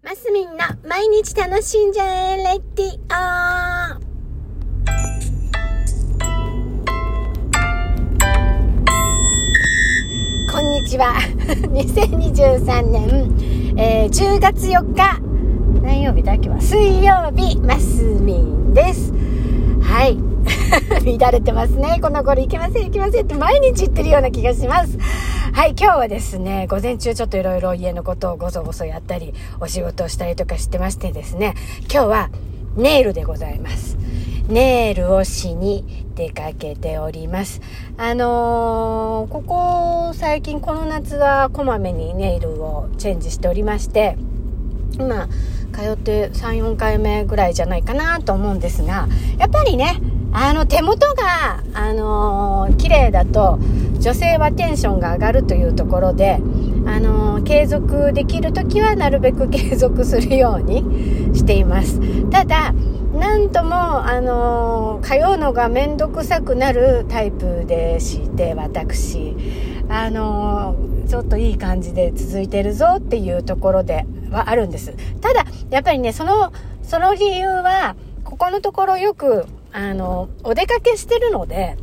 マスミンの毎日楽しんじゃえレディオ。こんにちは。2023年、10月4日何曜日だっけは水曜日、マスミンです。はい。乱れてますね。この頃いけませんって毎日言ってるような気がします。はい、今日はですね、午前中ちょっといろいろ家のことをごそごそやったり、お仕事をしたりとかしてましてですね、今日はネイルでございます。ネイルをしに出かけております。ここ最近この夏はこまめにネイルをチェンジしておりまして、今通って3、4回目ぐらいじゃないかなと思うんですが、やっぱりね、手元が綺麗だと女性はテンションが上がるというところで、継続できるときはなるべく継続するようにしています。ただなんとも通うのがめんどくさくなるタイプでして、私ちょっといい感じで続いてるぞっていうところではあるんです。ただやっぱりね、その理由はここのところよくお出かけしてるので、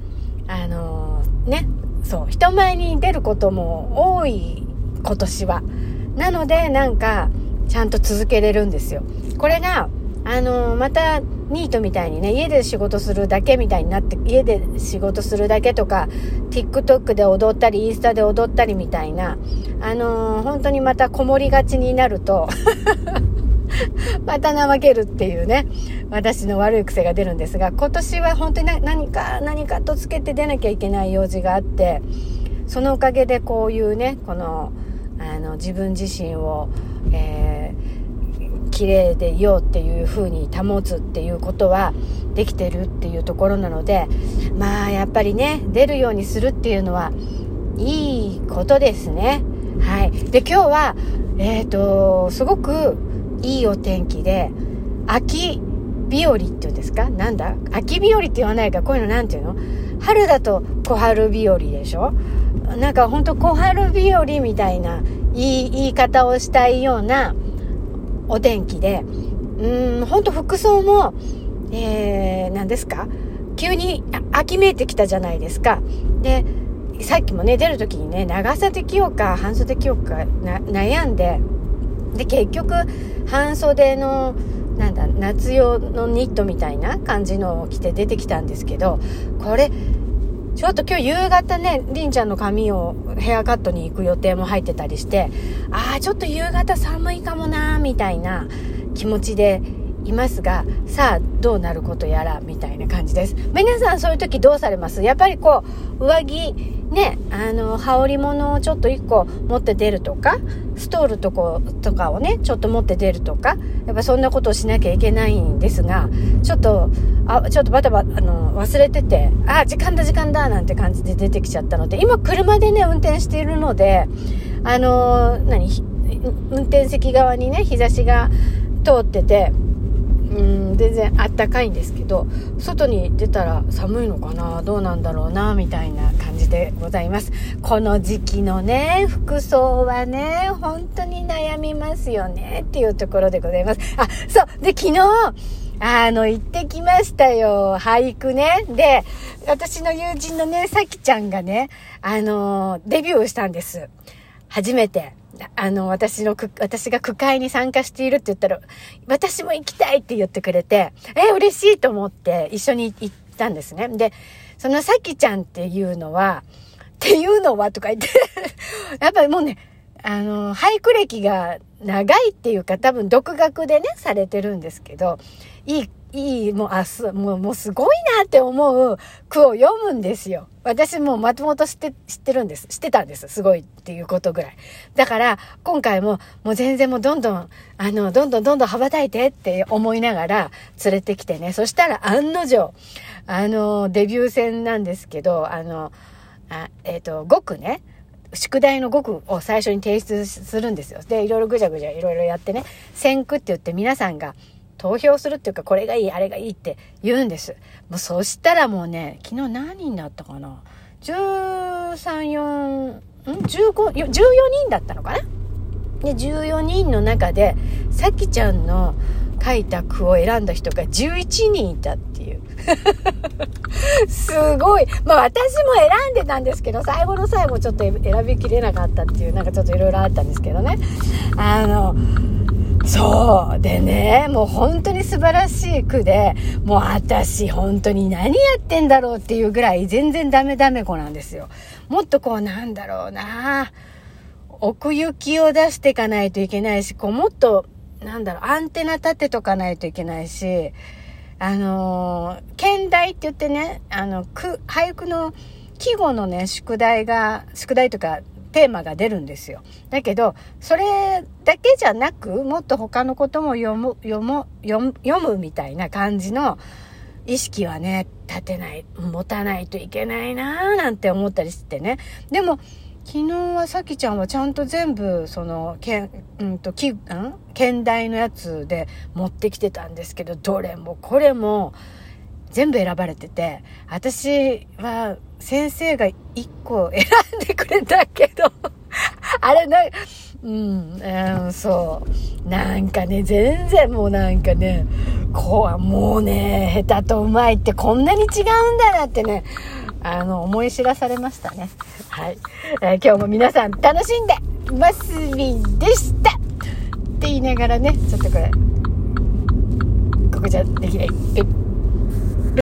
人前に出ることも多い今年は。なのでなんかちゃんと続けれるんですよ。これがまたニートみたいにね、家で仕事するだけみたいになって、家で仕事するだけとか TikTok で踊ったりインスタで踊ったりみたいな本当にまたこもりがちになるとまた怠けるっていうね、私の悪い癖が出るんですが、今年は本当に何かとつけて出なきゃいけない用事があって、そのおかげでこういうね、この自分自身を、綺麗でいようっていう風に保つっていうことはできてるっていうところなので、まあやっぱりね、出るようにするっていうのはいいことですね。はい。で、今日はすごくいいお天気で、秋日和っていうんですか、秋日和って言わないか、こういうのなんていうの、春だと小春日和でしょ。なんか本当小春日和みたいな言い方をしたいようなお天気で、本当服装も何ですか、急に秋めいてきたじゃないですか。でさっきもね、出るときにね、長袖着ようか半袖着ようか悩んで、結局半袖の夏用のニットみたいな感じのを着て出てきたんですけど、これちょっと今日夕方ね、りんちゃんの髪をヘアカットに行く予定も入ってたりして、ちょっと夕方寒いかもなみたいな気持ちでいますが、さあどうなることやらみたいな感じです。皆さんそういう時どうされます？やっぱりこう上着ね、羽織物をちょっと1個持って出るとか、ストールとかをねちょっと持って出るとか、やっぱそんなことをしなきゃいけないんですが、ちょっとバタバタ忘れてて、時間だなんて感じで出てきちゃったので、今車でね運転しているので、運転席側にね日差しが通ってて、全然あったかいんですけど、外に出たら寒いのかな、どうなんだろうなみたいな感じでございます。この時期のね服装はね本当に悩みますよねっていうところでございます。そうで、昨日行ってきましたよ、俳句ね。で、私の友人のねさきちゃんがねデビューしたんです、初めて。私が句会に参加しているって言ったら、私も行きたいって言ってくれて、嬉しいと思って一緒に行ったんですね。で、そのさきちゃんっていうのはとか言ってやっぱりもうね、俳句歴が長いっていうか、多分独学でねされてるんですけど、もうすごいなって思う句を読むんですよ。私もまともと知ってたんです。すごいっていうことぐらい。だから今回もう全然もうどんどん羽ばたいてって思いながら連れてきてね。そしたら案の定デビュー戦なんですけど、5句ね、宿題の5句を最初に提出するんですよ。でいろいろぐちゃぐちゃいろいろやってね、選句って言って皆さんが投票するっていうか、これがいいあれがいいって言うんです。もうそしたらもうね、昨日何人だったかな、14人だったのかな。 で14人の中でさきちゃんの書いた句を選んだ人が11人いたっていうすごい。まあ私も選んでたんですけど、最後の最後ちょっと選びきれなかったっていう、なんかちょっといろいろあったんですけどね。そうでね、もう本当に素晴らしい句で、もう私本当に何やってんだろうっていうぐらい全然ダメ子なんですよ。もっとこうなんだろうな、奥行きを出していかないといけないし、こうもっとなんだろう、アンテナ立てとかないといけないし、兼題って言ってね、俳句の季語のね、宿題とかテーマが出るんですよ。だけど、それだけじゃなく、もっと他のことも読むみたいな感じの意識はね、持たないといけないなーなんて思ったりしてね。でも、昨日はさきちゃんはちゃんと全部その兼題のやつで持ってきてたんですけど、どれもこれも全部選ばれてて、私は先生が1個選んでくれたけどあれそうなんかね、全然もうなんかね、もうね、下手とうまいってこんなに違うんだなってね、思い知らされましたね。はい、今日も皆さん楽しんでますみでしたって言いながらね、ちょっとこれここじゃできない。